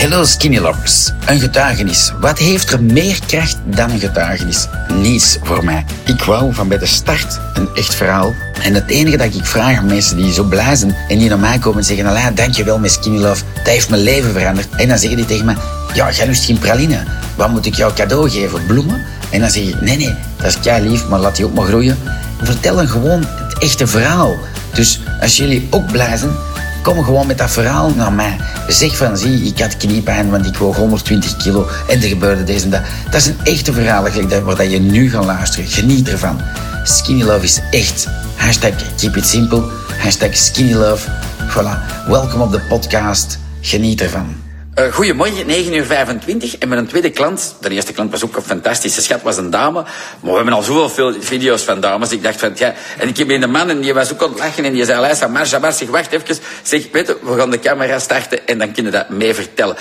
Hello Skinny Lovers. Een getuigenis. Wat heeft er meer kracht dan een getuigenis? Niets voor mij. Ik wou van bij de start een echt verhaal. En het enige dat ik vraag aan mensen die zo blij zijn en die naar mij komen en zeggen: Alain, dankjewel met Skinny Love. Dat heeft mijn leven veranderd. En dan zeggen die tegen mij: ja, jij lust geen praline. Wat moet ik jou cadeau geven? Bloemen? En dan zeg ik: nee, dat is kei lief, maar laat die ook maar groeien. Vertel dan gewoon het echte verhaal. Dus als jullie ook blij zijn, kom gewoon met dat verhaal naar mij. Zeg van, zie, ik had kniepijn, want ik woog 120 kilo en er gebeurde deze en dat. Dat is een echte verhaal waar je nu gaat luisteren. Geniet ervan. Skinny Love is echt. Hashtag keep it simple. Hashtag Skinny Love. Voilà. Welkom op de podcast. Geniet ervan. Goedemorgen, 9:25 en met een tweede klant. De eerste klant was ook een fantastische schat, was een dame. Maar we hebben al zoveel video's van dames. Ik dacht van, ja... En ik heb een man en die was ook aan het lachen en die zei: Alain, Samar, zeg, wacht even. Zeg, weet je, we gaan de camera starten en dan kunnen we dat mee vertellen.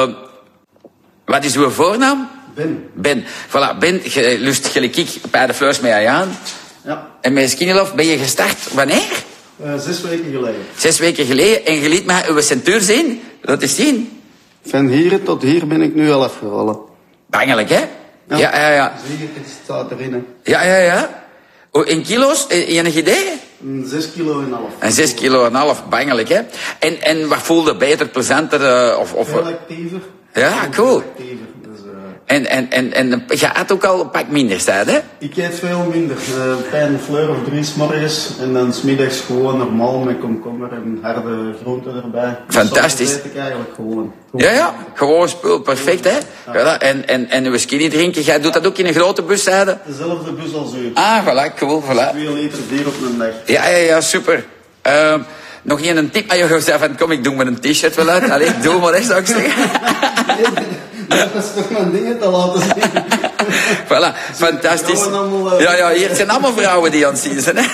Wat is uw voornaam? Ben. Voilà, Ben, je lust gelijk ik bij de fleurs met aan. Ja. En met Skinny Love ben je gestart wanneer? 6 weken geleden. 6 weken geleden. En je liet mij uw centuur zien. Dat is zien. Van hier tot hier ben ik nu al afgevallen. Bangelijk, hè? Ja. Zie je, het staat erin, hè. Ja. In kilo's, enig idee? 6,5 kilo. En 6,5 kilo, bangelijk, hè? En wat voelde beter, plezanter? Veel actiever. Ja, cool. Actiever, dus, En je had ook al een pak minder, zei hè? Ik eet veel minder. Een fleur of 3 's morgens. En dan 's middags gewoon normaal met komkommer en harde groenten erbij. Fantastisch. Dat eet ik eigenlijk gewoon. Ja. Gewoon spul. Perfect, hè? Ja. En uw skinny drinken, jij doet dat ook in een grote bus, zei je? Dezelfde bus als u. Ah, voilà, cool, voilà. 2 liter bier op een dag. Ja, super. Nog een tip. Ah, je zei van, kom, ik doe me een t-shirt wel uit. Allee, doe maar eens, zou ik zeggen. Dat is toch mijn dingen te laten zien. Voilà, fantastisch. Ja, hier zijn allemaal vrouwen die aan het zien zijn. Hè?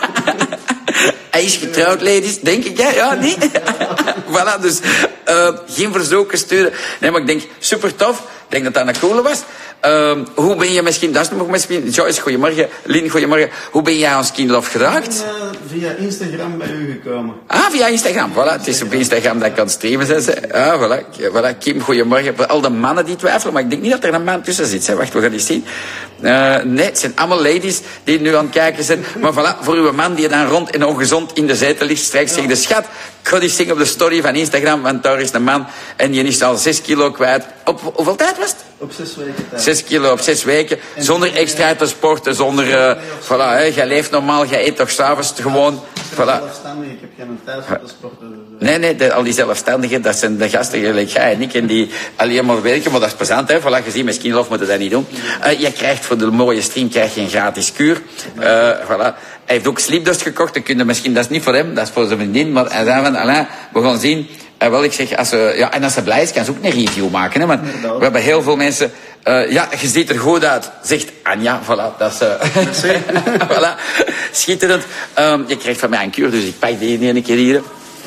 Hij is getrouwd, ladies, denk ik, hè? Ja, niet? Voilà, dus geen verzoeken sturen. Nee, maar ik denk, super tof. Ik denk dat dat een coole was. Hoe ben je misschien, dat is nog misschien... Joyce, goedemorgen. Lien, goedemorgen. Hoe ben jij aan Skinny Love geraakt? Ik ben via Instagram bij u gekomen. Ah, via Instagram. Voilà, het is op Instagram dat ik kan streamen. Voilà. Kim, goedemorgen. Voor al de mannen die twijfelen, maar ik denk niet dat er een man tussen zit. Hè. Wacht, we gaan eens zien. Nee, het zijn allemaal ladies die nu aan het kijken zijn. Maar voilà, voor uw man die dan rond en ongezond in de zetel ligt, straks zegt de schat, ik ga die zien op de story van Instagram, want daar is een man en die is al 6 kilo kwijt. Op hoeveel tijd was het? Op 6 weken tijd. 6 kilo op 6 weken, zonder extra te sporten, zonder... voilà, hè, jij leeft normaal, jij eet toch s'avonds gewoon... Ik ben zelfstandig, ik heb geen tijd voor te sporten. Nee, al die zelfstandigen, dat zijn de gasten gelijk jij en ik, en die alleen maar werken, maar dat is plezant, hè. Voilà, gezien, met Skinny Love moeten dat niet doen. Je krijgt voor de mooie stream een gratis kuur. Voilà. Hij heeft ook Sleepdust gekocht, dat is niet voor hem, dat is voor zijn vriendin, maar hij zei van, Alain, we gaan zien... wel, ik zeg, als ze blij is, kan ze ook een review maken. Hè, want we hebben heel veel mensen... je ziet er goed uit, zegt Anja. Voilà, dat is... voilà, schitterend. Je krijgt van mij een kuur, dus ik pak die ene keer hier.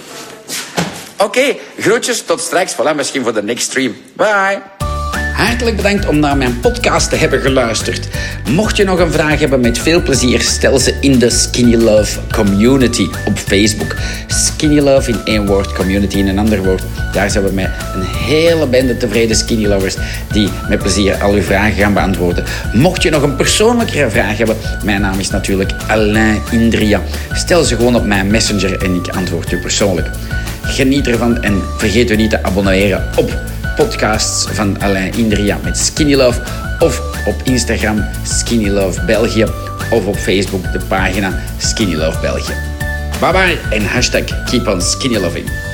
Oké, groetjes, tot straks. Voilà, misschien voor de next stream. Bye. Hartelijk bedankt om naar mijn podcast te hebben geluisterd. Mocht je nog een vraag hebben, met veel plezier stel ze in de Skinny Love Community op Facebook. Skinny Love in 1 woord, community in een ander woord. Daar zijn we met een hele bende tevreden Skinny Lovers die met plezier al uw vragen gaan beantwoorden. Mocht je nog een persoonlijkere vraag hebben, mijn naam is natuurlijk Alain Indria. Stel ze gewoon op mijn messenger en ik antwoord u persoonlijk. Geniet ervan en vergeet u niet te abonneren op podcasts van Alain Indria met Skinny Love, of op Instagram Skinny Love België, of op Facebook de pagina Skinny Love België. Bye bye en hashtag keep on skinny loving.